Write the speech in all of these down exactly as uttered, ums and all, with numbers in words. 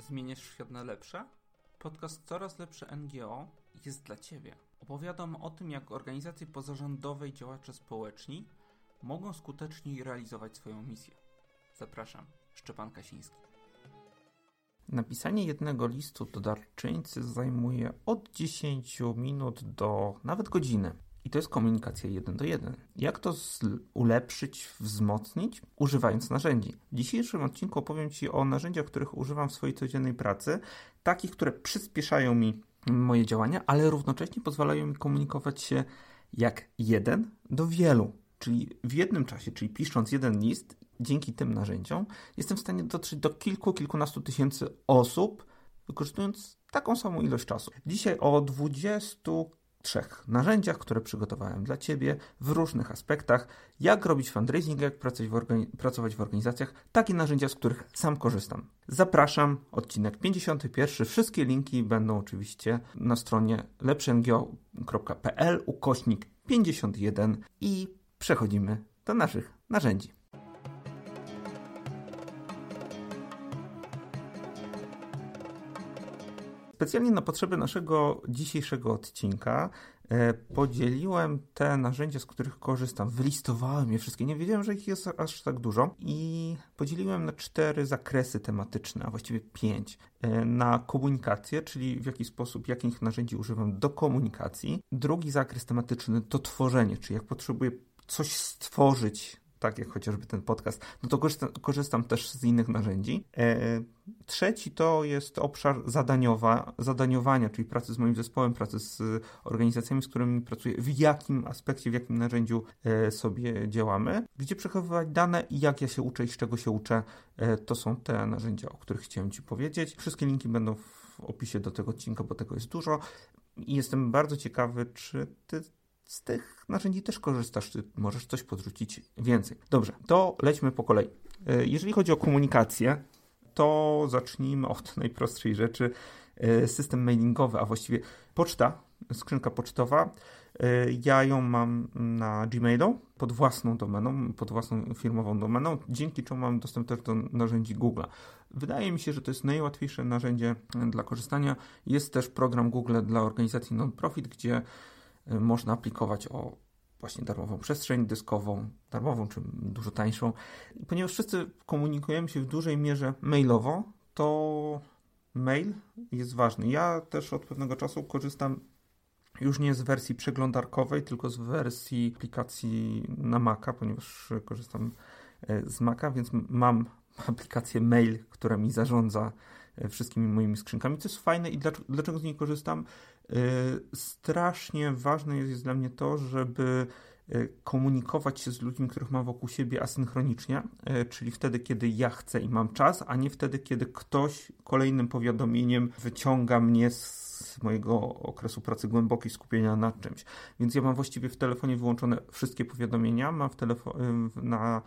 Zmieniasz świat na lepsze? Podcast Coraz Lepsze N G O jest dla Ciebie. Opowiadam o tym, jak organizacje pozarządowe i działacze społeczni mogą skuteczniej realizować swoją misję. Zapraszam, Szczepan Kasiński. Napisanie jednego listu do darczyńcy zajmuje od dziesięciu minut do nawet godziny. I to jest komunikacja jeden do jeden. Jak to z- ulepszyć, wzmocnić? Używając narzędzi. W dzisiejszym odcinku opowiem Ci o narzędziach, których używam w swojej codziennej pracy, takich, które przyspieszają mi moje działania, ale równocześnie pozwalają mi komunikować się jak jeden do wielu. Czyli w jednym czasie, czyli pisząc jeden list, dzięki tym narzędziom jestem w stanie dotrzeć do kilku, kilkunastu tysięcy osób, wykorzystując taką samą ilość czasu. Dzisiaj o dwudziestu trzech narzędziach, które przygotowałem dla Ciebie w różnych aspektach, jak robić fundraising, jak pracować w, organi- pracować w organizacjach, takie narzędzia, z których sam korzystam. Zapraszam, odcinek pięćdziesiąty pierwszy. Wszystkie linki będą oczywiście na stronie lepszengio kropka p l ukośnik pięćdziesiąt jeden i przechodzimy do naszych narzędzi. Specjalnie na potrzeby naszego dzisiejszego odcinka e, podzieliłem te narzędzia, z których korzystam. Wylistowałem je wszystkie. Nie wiedziałem, że ich jest aż tak dużo. I podzieliłem na cztery zakresy tematyczne, a właściwie pięć. E, na komunikację, czyli w jaki sposób, jakich narzędzi używam do komunikacji. Drugi zakres tematyczny to tworzenie, czyli jak potrzebuję coś stworzyć, tak jak chociażby ten podcast, no to korzystam, korzystam też z innych narzędzi. E, trzeci to jest obszar zadaniowa, zadaniowania, czyli pracy z moim zespołem, pracy z organizacjami, z którymi pracuję, w jakim aspekcie, w jakim narzędziu e, sobie działamy, gdzie przechowywać dane i jak ja się uczę i z czego się uczę. E, to są te narzędzia, o których chciałem Ci powiedzieć. Wszystkie linki będą w opisie do tego odcinka, bo tego jest dużo. I jestem bardzo ciekawy, czy Ty z tych narzędzi też korzystasz, ty możesz coś podrzucić więcej. Dobrze, to lećmy po kolei. Jeżeli chodzi o komunikację, to zacznijmy od najprostszej rzeczy. System mailingowy, a właściwie poczta, skrzynka pocztowa. Ja ją mam na Gmailu pod własną domeną, pod własną firmową domeną, dzięki czemu mam dostęp też do narzędzi Google'a. Wydaje mi się, że to jest najłatwiejsze narzędzie dla korzystania. Jest też program Google dla organizacji non-profit, gdzie można aplikować o właśnie darmową przestrzeń dyskową, darmową czy dużo tańszą. Ponieważ wszyscy komunikujemy się w dużej mierze mailowo, to mail jest ważny. Ja też od pewnego czasu korzystam już nie z wersji przeglądarkowej, tylko z wersji aplikacji na Maca, ponieważ korzystam z Maca, więc mam aplikację Mail, która mi zarządza wszystkimi moimi skrzynkami, co jest fajne i dlaczego, dlaczego z niej korzystam? Yy, strasznie ważne jest, jest dla mnie to, żeby yy, komunikować się z ludźmi, których mam wokół siebie asynchronicznie, yy, czyli wtedy, kiedy ja chcę i mam czas, a nie wtedy, kiedy ktoś kolejnym powiadomieniem wyciąga mnie z mojego okresu pracy głębokiej, skupienia nad czymś. Więc ja mam właściwie w telefonie wyłączone wszystkie powiadomienia, mam w telefo- yy, na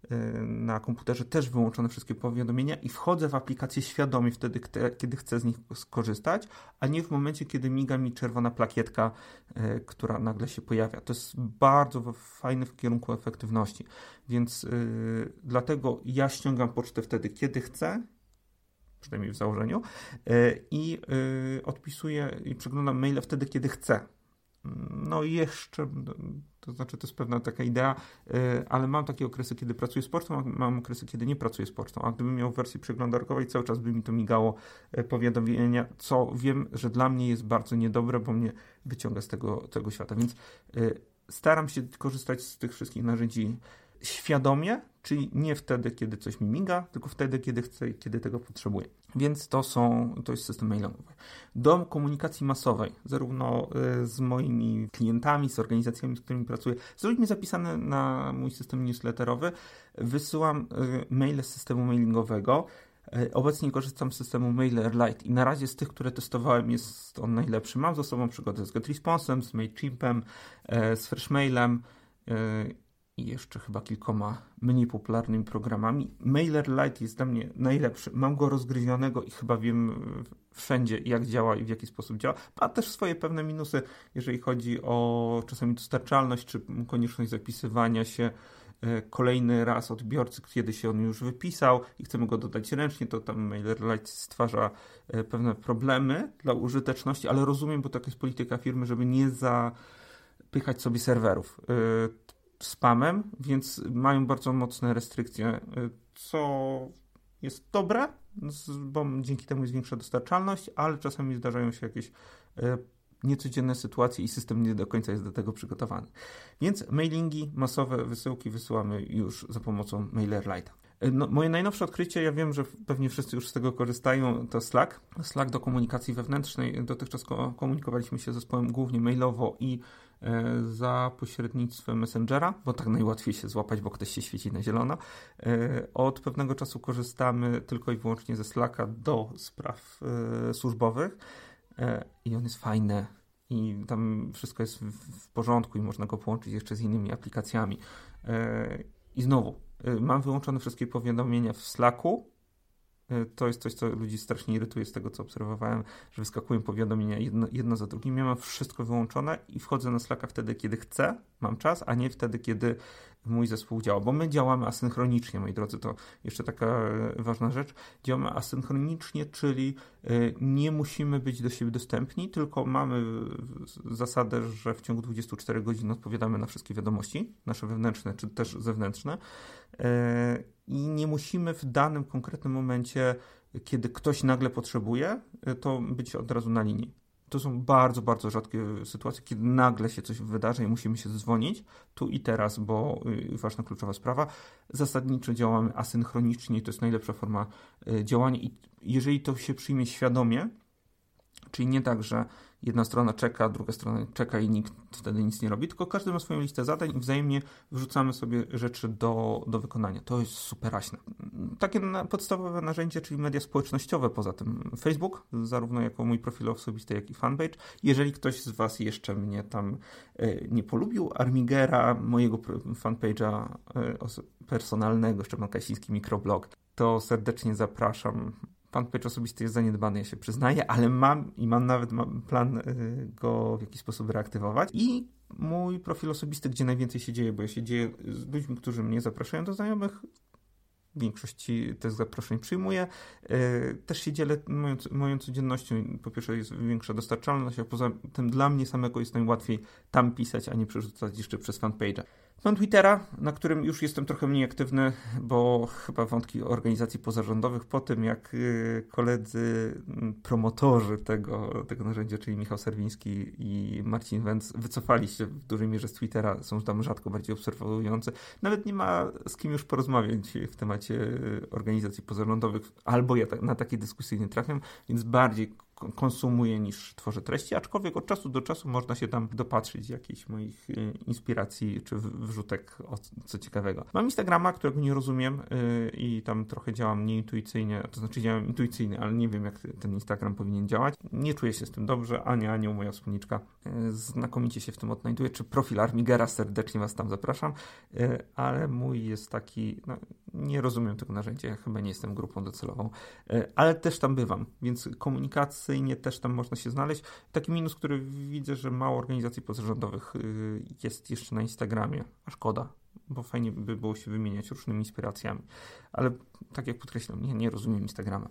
na komputerze też wyłączone wszystkie powiadomienia i wchodzę w aplikację świadomie wtedy, kiedy chcę z nich skorzystać, a nie w momencie, kiedy miga mi czerwona plakietka, y, która nagle się pojawia. To jest bardzo fajne w kierunku efektywności, więc y, dlatego ja ściągam pocztę wtedy, kiedy chcę, przynajmniej w założeniu, y, i y, odpisuję i przeglądam maile wtedy, kiedy chcę. No i jeszcze, to znaczy to jest pewna taka idea, ale mam takie okresy, kiedy pracuję z pocztą, a mam okresy, kiedy nie pracuję z pocztą, a gdybym miał w wersji przeglądarkowej, cały czas by mi to migało powiadomienia, co wiem, że dla mnie jest bardzo niedobre, bo mnie wyciąga z tego, tego świata, więc staram się korzystać z tych wszystkich narzędzi świadomie, czyli nie wtedy, kiedy coś mi miga, tylko wtedy, kiedy chcę i kiedy tego potrzebuję. Więc to są, to jest system mailowy. Do komunikacji masowej, zarówno z moimi klientami, z organizacjami, z którymi pracuję, z ludźmi zapisane na mój system newsletterowy, wysyłam maile z systemu mailingowego. Obecnie korzystam z systemu MailerLite i na razie z tych, które testowałem, jest on najlepszy. Mam za sobą przygodę z GetResponsem, z MailChimpem, z Freshmailem i jeszcze chyba kilkoma mniej popularnymi programami. MailerLite jest dla mnie najlepszy. Mam go rozgryzionego i chyba wiem wszędzie, jak działa i w jaki sposób działa. Ma też swoje pewne minusy, jeżeli chodzi o czasami dostarczalność, czy konieczność zapisywania się kolejny raz odbiorcy, kiedy się on już wypisał i chcemy go dodać ręcznie, to tam MailerLite stwarza pewne problemy dla użyteczności, ale rozumiem, bo taka jest polityka firmy, żeby nie zapychać sobie serwerów spamem, więc mają bardzo mocne restrykcje, co jest dobre, bo dzięki temu jest większa dostarczalność, ale czasami zdarzają się jakieś niecodzienne sytuacje i system nie do końca jest do tego przygotowany. Więc mailingi, masowe wysyłki wysyłamy już za pomocą MailerLite'a. No, moje najnowsze odkrycie, ja wiem, że pewnie wszyscy już z tego korzystają, to Slack. Slack do komunikacji wewnętrznej. Dotychczas komunikowaliśmy się z zespołem głównie mailowo i e, za pośrednictwem Messengera, bo tak najłatwiej się złapać, bo ktoś się świeci na zielono. E, od pewnego czasu korzystamy tylko i wyłącznie ze Slacka do spraw e, służbowych e, i on jest fajny. I tam wszystko jest w, w porządku i można go połączyć jeszcze z innymi aplikacjami. E, I znowu, mam wyłączone wszystkie powiadomienia w Slacku. To jest coś, co ludzi strasznie irytuje z tego, co obserwowałem, że wyskakują powiadomienia jedno, jedno za drugim. Ja mam wszystko wyłączone i wchodzę na Slacka wtedy, kiedy chcę, mam czas, a nie wtedy, kiedy mój zespół działa. Bo my działamy asynchronicznie, moi drodzy, to jeszcze taka ważna rzecz. Działamy asynchronicznie, czyli nie musimy być do siebie dostępni, tylko mamy zasadę, że w ciągu dwudziestu czterech godzin odpowiadamy na wszystkie wiadomości, nasze wewnętrzne czy też zewnętrzne. I nie musimy w danym konkretnym momencie, kiedy ktoś nagle potrzebuje, to być od razu na linii. To są bardzo, bardzo rzadkie sytuacje, kiedy nagle się coś wydarzy i musimy się dzwonić tu i teraz, bo ważna, kluczowa sprawa. Zasadniczo działamy asynchronicznie i to jest najlepsza forma działania i jeżeli to się przyjmie świadomie, czyli nie tak, że jedna strona czeka, druga strona czeka i nikt wtedy nic nie robi, tylko każdy ma swoją listę zadań i wzajemnie wrzucamy sobie rzeczy do, do wykonania. To jest superaśne. Takie na, podstawowe narzędzie, czyli media społecznościowe, poza tym Facebook, zarówno jako mój profil osobisty, jak i fanpage. Jeżeli ktoś z Was jeszcze mnie tam y, nie polubił, Armigera, mojego fanpage'a y, personalnego, Szczepan Kasiński, mikroblog, to serdecznie zapraszam. Fanpage osobisty jest zaniedbany, ja się przyznaję, ale mam i mam nawet mam plan y, go w jakiś sposób reaktywować. I mój profil osobisty, gdzie najwięcej się dzieje, bo ja się dzieje z ludźmi, którzy mnie zapraszają do znajomych. W większości tych zaproszeń przyjmuję. Yy, też się dzielę moją, moją codziennością. Po pierwsze jest większa dostarczalność, a poza tym dla mnie samego jest najłatwiej tam pisać, a nie przerzucać jeszcze przez fanpage'a. Mam Twittera, na którym już jestem trochę mniej aktywny, bo chyba wątki organizacji pozarządowych po tym, jak koledzy promotorzy tego, tego narzędzia, czyli Michał Serwiński i Marcin Węc, wycofali się w dużej mierze z Twittera, są tam rzadko bardziej obserwujący. Nawet nie ma z kim już porozmawiać w temacie organizacji pozarządowych, albo ja na takie dyskusje nie trafiam, więc bardziej konsumuję niż tworzę treści, aczkolwiek od czasu do czasu można się tam dopatrzyć jakichś moich inspiracji czy wrzutek o co ciekawego. Mam Instagrama, którego nie rozumiem yy, i tam trochę działam nieintuicyjnie, to znaczy działam intuicyjnie, ale nie wiem jak ten Instagram powinien działać. Nie czuję się z tym dobrze, Ania Anioł, moja wspólniczka, yy, znakomicie się w tym odnajduje, czy profil Armigera, serdecznie Was tam zapraszam, yy, ale mój jest taki, no, nie rozumiem tego narzędzia, ja chyba nie jestem grupą docelową, yy, ale też tam bywam, więc komunikacja też tam można się znaleźć. Taki minus, który widzę, że mało organizacji pozarządowych jest jeszcze na Instagramie, a szkoda, bo fajnie by było się wymieniać różnymi inspiracjami. Ale tak jak podkreślam, nie, nie rozumiem Instagrama.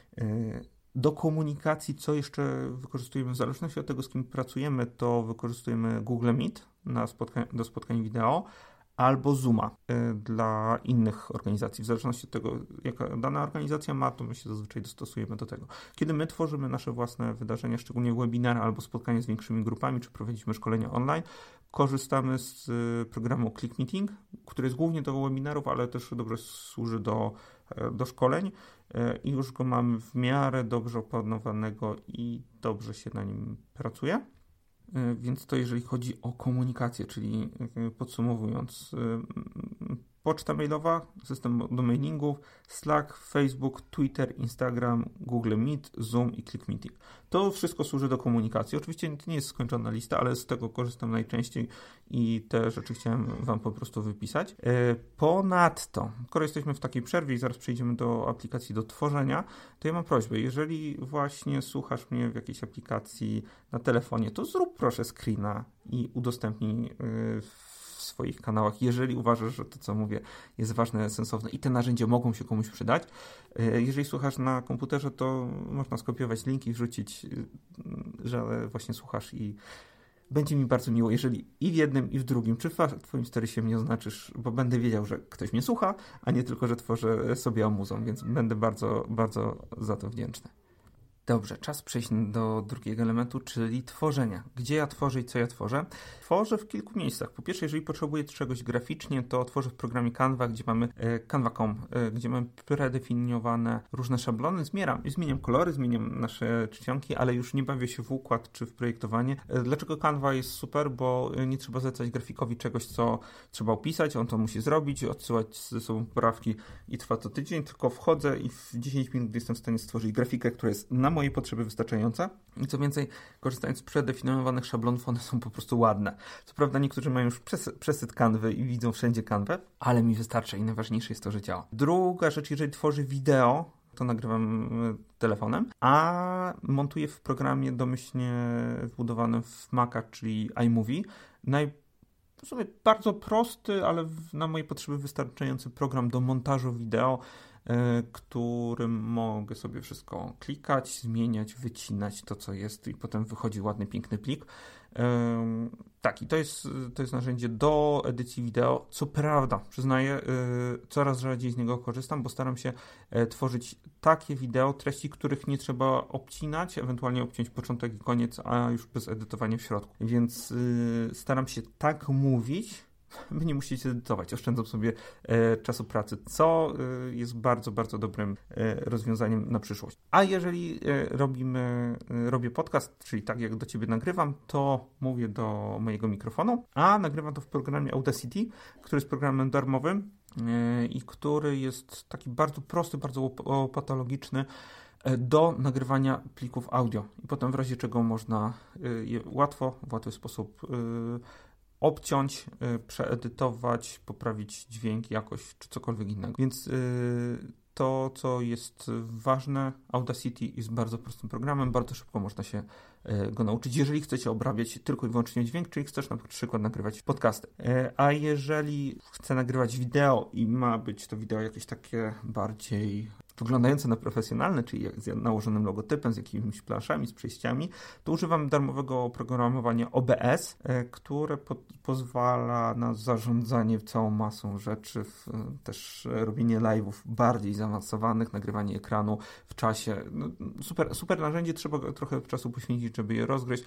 Do komunikacji, co jeszcze wykorzystujemy w zależności od tego, z kim pracujemy, to wykorzystujemy Google Meet na spotkań, do spotkań wideo, albo Zooma y, dla innych organizacji. W zależności od tego, jaka dana organizacja ma, to my się zazwyczaj dostosujemy do tego. Kiedy my tworzymy nasze własne wydarzenia, szczególnie webinary albo spotkania z większymi grupami, czy prowadzimy szkolenia online, korzystamy z y, programu ClickMeeting, który jest głównie do webinarów, ale też dobrze służy do, y, do szkoleń y, i już go mamy w miarę dobrze opanowanego i dobrze się na nim pracuje. Więc to jeżeli chodzi o komunikację, czyli podsumowując, poczta mailowa, system do mailingów, Slack, Facebook, Twitter, Instagram, Google Meet, Zoom i ClickMeeting. To wszystko służy do komunikacji. Oczywiście to nie jest skończona lista, ale z tego korzystam najczęściej i te rzeczy chciałem Wam po prostu wypisać. Ponadto, skoro jesteśmy w takiej przerwie i zaraz przejdziemy do aplikacji do tworzenia, to ja mam prośbę, jeżeli właśnie słuchasz mnie w jakiejś aplikacji na telefonie, to zrób proszę screena i udostępnij w swoich kanałach, jeżeli uważasz, że to, co mówię, jest ważne, sensowne i te narzędzia mogą się komuś przydać. Jeżeli słuchasz na komputerze, to można skopiować linki, wrzucić, że właśnie słuchasz i będzie mi bardzo miło, jeżeli i w jednym, i w drugim, czy w twoim storiesie mnie oznaczysz, bo będę wiedział, że ktoś mnie słucha, a nie tylko, że tworzę sobie amuzą, więc będę bardzo, bardzo za to wdzięczny. Dobrze, czas przejść do drugiego elementu, czyli tworzenia. Gdzie ja tworzę i co ja tworzę? Tworzę w kilku miejscach. Po pierwsze, jeżeli potrzebuję czegoś graficznie, to tworzę w programie Canva, gdzie mamy e, canva kropka com, e, gdzie mamy predefiniowane różne szablony. Zmieniam, zmieniam kolory, zmieniam nasze czcionki, ale już nie bawię się w układ czy w projektowanie. E, dlaczego Canva jest super? Bo nie trzeba zlecać grafikowi czegoś, co trzeba opisać, on to musi zrobić, odsyłać ze sobą poprawki i trwa to tydzień, tylko wchodzę i w dziesięć minut jestem w stanie stworzyć grafikę, która jest na mojej potrzeby wystarczająca. I co więcej, korzystając z przedefiniowanych szablonów, one są po prostu ładne. Co prawda niektórzy mają już przesyt kanwy i widzą wszędzie kanwę, ale mi wystarcza i najważniejsze jest to, że działa. Druga rzecz, jeżeli tworzy wideo, to nagrywam telefonem, a montuję w programie domyślnie wbudowanym w Maca, czyli iMovie. Naj w sumie bardzo prosty, ale na moje potrzeby wystarczający program do montażu wideo, którym mogę sobie wszystko klikać, zmieniać, wycinać to, co jest i potem wychodzi ładny, piękny plik. Ym, tak, i to jest, to jest narzędzie do edycji wideo. Co prawda, przyznaję, yy, coraz rzadziej z niego korzystam, bo staram się yy, tworzyć takie wideo, treści, których nie trzeba obcinać, ewentualnie obciąć początek i koniec, a już bez edytowania w środku. Więc yy, staram się tak mówić, by nie musieć edytować, oszczędzam sobie e, czasu pracy, co e, jest bardzo, bardzo dobrym e, rozwiązaniem na przyszłość. A jeżeli e, robimy, e, robię podcast, czyli tak jak do Ciebie nagrywam, to mówię do mojego mikrofonu, a nagrywam to w programie Audacity, który jest programem darmowym e, i który jest taki bardzo prosty, bardzo opatologiczny do nagrywania plików audio. I potem w razie czego można e, je łatwo, w łatwy sposób e, obciąć, y, przeedytować, poprawić dźwięk, jakość, czy cokolwiek innego. Więc y, to, co jest ważne, Audacity jest bardzo prostym programem, bardzo szybko można się y, go nauczyć, jeżeli chcecie obrabiać tylko i wyłącznie dźwięk, czyli chcesz na przykład nagrywać podcasty. Y, a jeżeli chcę nagrywać wideo i ma być to wideo jakieś takie bardziej wyglądające na profesjonalne, czyli z nałożonym logotypem, z jakimiś planszami, z przejściami, to używam darmowego oprogramowania O B S, które po, pozwala na zarządzanie całą masą rzeczy, w, też robienie live'ów bardziej zaawansowanych, nagrywanie ekranu w czasie. No, super, super narzędzie, trzeba trochę czasu poświęcić, żeby je rozgryźć,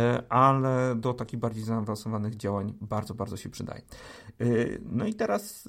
ale do takich bardziej zaawansowanych działań bardzo, bardzo się przydaje. No i teraz,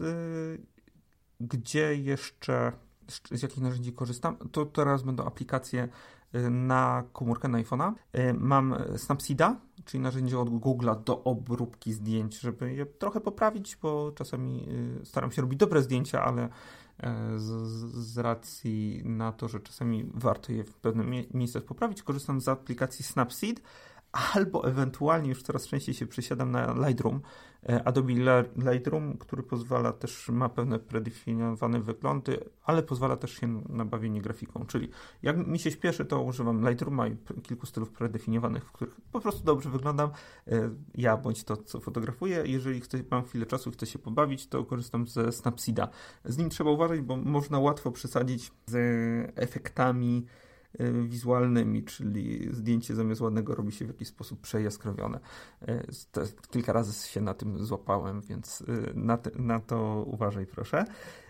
gdzie jeszcze z jakich narzędzi korzystam, to teraz będą aplikacje na komórkę, na iPhone'a. Mam Snapseeda, czyli narzędzie od Google'a do obróbki zdjęć, żeby je trochę poprawić, bo czasami staram się robić dobre zdjęcia, ale z, z racji na to, że czasami warto je w pewnym mie- miejscach poprawić, korzystam z aplikacji Snapseed, albo ewentualnie już coraz częściej się przesiadam na Lightroom, Adobe Lightroom, który pozwala też, ma pewne predefiniowane wyglądy, ale pozwala też się na bawienie grafiką, czyli jak mi się śpieszy, to używam Lightrooma i kilku stylów predefiniowanych, w których po prostu dobrze wyglądam, ja bądź to, co fotografuję. Jeżeli chcę, mam chwilę czasu i chcę się pobawić, to korzystam ze Snapseeda. Z nim trzeba uważać, bo można łatwo przesadzić z efektami wizualnymi, czyli zdjęcie zamiast ładnego robi się w jakiś sposób przejaskrawione. Kilka razy się na tym złapałem, więc na, te, na to uważaj proszę.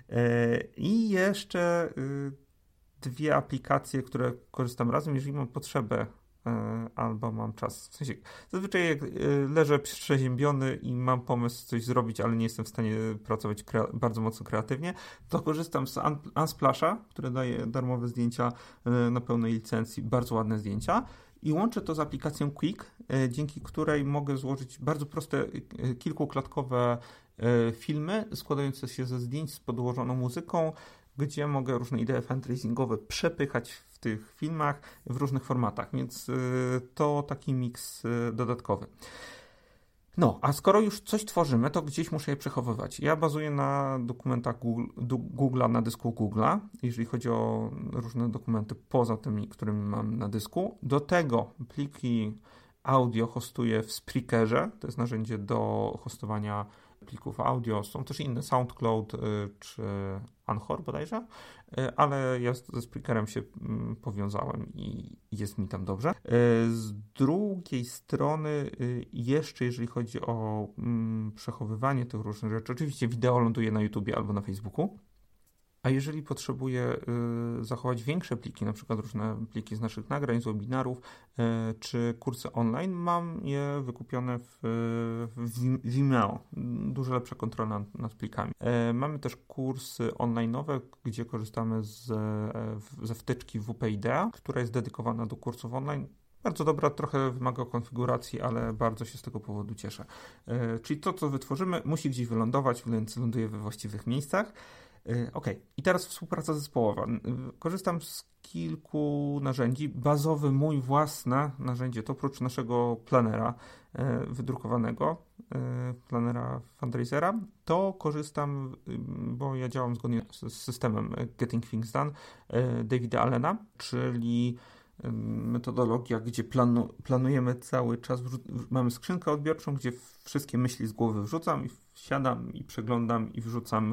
I jeszcze dwie aplikacje, które korzystam razem, jeżeli mam potrzebę albo mam czas. W sensie, zazwyczaj jak leżę przeziębiony i mam pomysł coś zrobić, ale nie jestem w stanie pracować kre- bardzo mocno kreatywnie, to korzystam z Un- Unsplasha, który daje darmowe zdjęcia na pełnej licencji, bardzo ładne zdjęcia, i łączę to z aplikacją Quick, dzięki której mogę złożyć bardzo proste, kilkuklatkowe filmy składające się ze zdjęć z podłożoną muzyką, gdzie mogę różne idee fundraisingowe przepychać w tych filmach w różnych formatach, więc y, to taki miks y, dodatkowy. No, a skoro już coś tworzymy, to gdzieś muszę je przechowywać. Ja bazuję na dokumentach Google, Google'a, na dysku Google'a, jeżeli chodzi o różne dokumenty poza tymi, którymi mam na dysku. Do tego pliki audio hostuję w Spreakerze, to jest narzędzie do hostowania plików audio. Są też inne, SoundCloud czy Anchor bodajże, ale ja ze Spreakerem się powiązałem i jest mi tam dobrze. Z drugiej strony jeszcze jeżeli chodzi o przechowywanie tych różnych rzeczy, oczywiście wideo ląduje na YouTubie albo na Facebooku. A jeżeli potrzebuję y, zachować większe pliki, na przykład różne pliki z naszych nagrań, z webinarów y, czy kursy online, mam je wykupione w, w Vimeo. Dużo lepsza kontrola nad, nad plikami. Y, mamy też kursy online'owe, gdzie korzystamy z, y, ze wtyczki W P Idea, która jest dedykowana do kursów online. Bardzo dobra, trochę wymaga konfiguracji, ale bardzo się z tego powodu cieszę. Y, czyli to, co wytworzymy, musi gdzieś wylądować, więc ląduje we właściwych miejscach. Ok, i teraz współpraca zespołowa. Korzystam z kilku narzędzi. Bazowy, mój własne narzędzie to oprócz naszego planera wydrukowanego, planera Fundraisera, to korzystam, bo ja działam zgodnie z systemem Getting Things Done Davida Allena, czyli metodologia, gdzie planu, planujemy cały czas, wrzu- mamy skrzynkę odbiorczą, gdzie wszystkie myśli z głowy wrzucam i siadam i przeglądam i wrzucam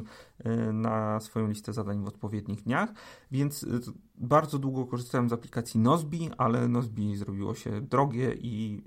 na swoją listę zadań w odpowiednich dniach, więc bardzo długo korzystałem z aplikacji Nozbi, ale Nozbi zrobiło się drogie i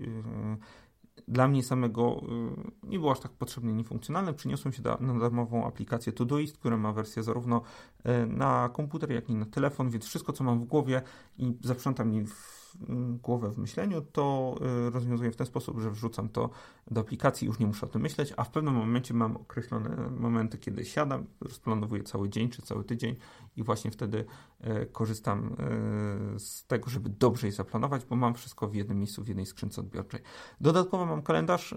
dla mnie samego nie było aż tak potrzebne, niefunkcjonalne. Przyniosłem się na darmową aplikację Todoist, która ma wersję zarówno na komputer, jak i na telefon, więc wszystko, co mam w głowie i zaprząta mi w głowę w myśleniu, to rozwiązuję w ten sposób, że wrzucam to do aplikacji, już nie muszę o tym myśleć, a w pewnym momencie mam określone momenty, kiedy siadam, rozplanowuję cały dzień czy cały tydzień i właśnie wtedy korzystam z tego, żeby dobrze je zaplanować, bo mam wszystko w jednym miejscu, w jednej skrzynce odbiorczej. Dodatkowo mam kalendarz,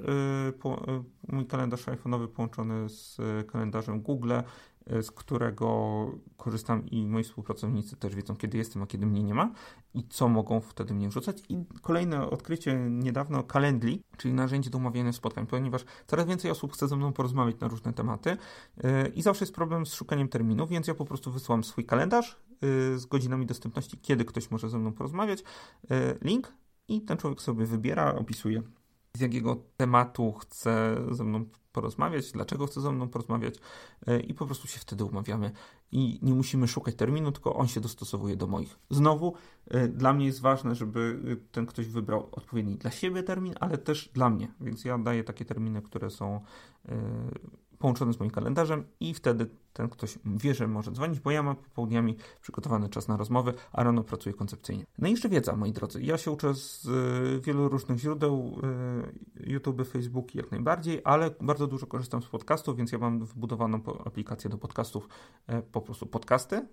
mój kalendarz iPhone'owy połączony z kalendarzem Google, z którego korzystam i moi współpracownicy też wiedzą, kiedy jestem, a kiedy mnie nie ma i co mogą wtedy mnie wrzucać. I kolejne odkrycie niedawno, Calendly, czyli narzędzie do umawiania spotkań, ponieważ coraz więcej osób chce ze mną porozmawiać na różne tematy i zawsze jest problem z szukaniem terminu, więc ja po prostu wysyłam swój kalendarz z godzinami dostępności, kiedy ktoś może ze mną porozmawiać, link i ten człowiek sobie wybiera, opisuje, z jakiego tematu chce ze mną porozmawiać, dlaczego chce ze mną porozmawiać i po prostu się wtedy umawiamy i nie musimy szukać terminu, tylko on się dostosowuje do moich. Znowu dla mnie jest ważne, żeby ten ktoś wybrał odpowiedni dla siebie termin, ale też dla mnie, więc ja daję takie terminy, które są połączone z moim kalendarzem i wtedy ten ktoś wie, że może dzwonić, bo ja mam popołudniami przygotowany czas na rozmowy, a rano pracuję koncepcyjnie. No i jeszcze wiedza, moi drodzy. Ja się uczę z wielu różnych źródeł, YouTube, Facebook jak najbardziej, ale bardzo dużo korzystam z podcastów, więc ja mam wbudowaną aplikację do podcastów, po prostu podcasty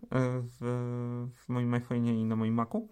w, w moim iPhone'ie i na moim Macu,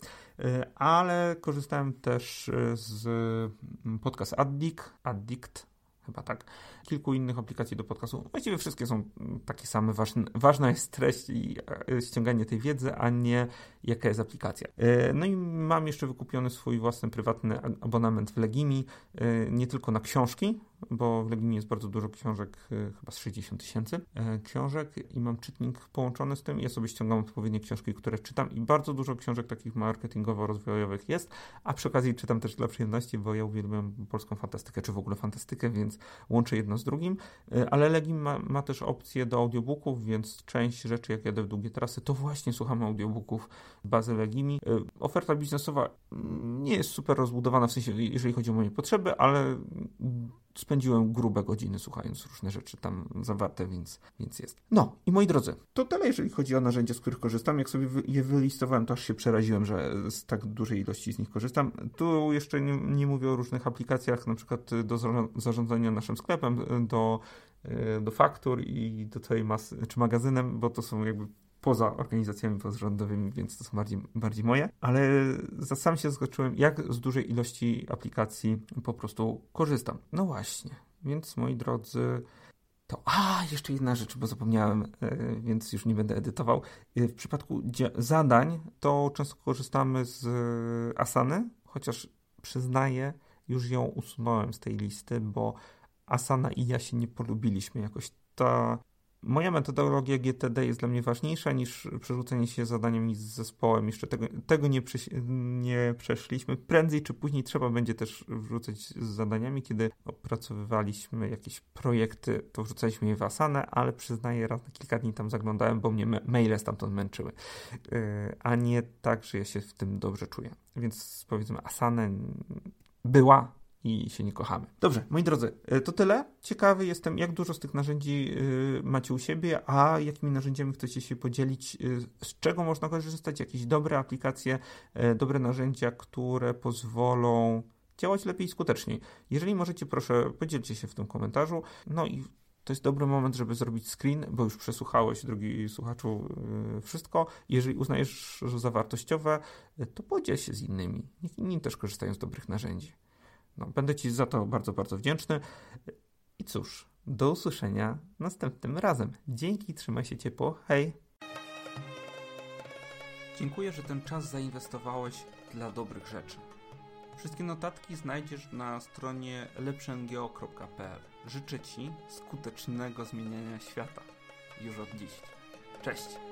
ale korzystałem też z podcast Addict, Addict, chyba tak, kilku innych aplikacji do podcastu. Właściwie wszystkie są takie same. Ważne, ważna jest treść i ściąganie tej wiedzy, a nie jaka jest aplikacja. No i mam jeszcze wykupiony swój własny prywatny abonament w Legimi, nie tylko na książki, bo w Legimi jest bardzo dużo książek, chyba z sześćdziesiąt tysięcy książek i mam czytnik połączony z tym. Ja sobie ściągam odpowiednie książki, które czytam i bardzo dużo książek takich marketingowo-rozwojowych jest, a przy okazji czytam też dla przyjemności, bo ja uwielbiam polską fantastykę, czy w ogóle fantastykę, więc łączę jedno z drugim, ale Legim ma, ma też opcję do audiobooków, więc część rzeczy, jak jadę w długie trasy, to właśnie słucham audiobooków bazy Legimi. Oferta biznesowa nie jest super rozbudowana, w sensie, jeżeli chodzi o moje potrzeby, ale spędziłem grube godziny słuchając różne rzeczy tam zawarte, więc, więc jest. No i moi drodzy, to tyle, jeżeli chodzi o narzędzia, z których korzystam. Jak sobie je wylistowałem, to aż się przeraziłem, że z tak dużej ilości z nich korzystam. Tu jeszcze nie, nie mówię o różnych aplikacjach, na przykład do zarządzania naszym sklepem, do, do faktur i do tej masy, czy magazynem, bo to są jakby poza organizacjami pozarządowymi, więc to są bardziej, bardziej moje, ale sam się zaskoczyłem, jak z dużej ilości aplikacji po prostu korzystam. No właśnie, więc moi drodzy, to a, jeszcze jedna rzecz, bo zapomniałem, yy, więc już nie będę edytował. Yy, w przypadku dzia- zadań to często korzystamy z yy, Asany, chociaż przyznaję, już ją usunąłem z tej listy, bo Asana i ja się nie polubiliśmy jakoś. Ta Moja metodologia G T D jest dla mnie ważniejsza niż przerzucenie się zadaniami z zespołem. Jeszcze tego, tego nie, prześ, nie przeszliśmy. Prędzej czy później trzeba będzie też wrzucać z zadaniami. Kiedy opracowywaliśmy jakieś projekty, to wrzucaliśmy je w Asanę, ale przyznaję, raz na kilka dni tam zaglądałem, bo mnie me- maile stamtąd męczyły. Yy, a nie tak, że ja się w tym dobrze czuję. Więc powiedzmy, Asanę była i się nie kochamy. Dobrze, moi drodzy, to tyle. Ciekawy jestem, jak dużo z tych narzędzi y, macie u siebie, a jakimi narzędziami chcecie się podzielić, y, z czego można korzystać, jakieś dobre aplikacje, y, dobre narzędzia, które pozwolą działać lepiej i skuteczniej. Jeżeli możecie, proszę, podzielcie się w tym komentarzu. No i to jest dobry moment, żeby zrobić screen, bo już przesłuchałeś, drogi słuchaczu, yy, wszystko. Jeżeli uznajesz, że za wartościowe, yy, to podziel się z innymi. Niech inni też korzystają z dobrych narzędzi. No, będę Ci za to bardzo, bardzo wdzięczny. I cóż, do usłyszenia następnym razem. Dzięki, trzymaj się ciepło. Hej! Dziękuję, że ten czas zainwestowałeś dla dobrych rzeczy. Wszystkie notatki znajdziesz na stronie lepsze n g o kropka p l. Życzę Ci skutecznego zmieniania świata już od dziś. Cześć!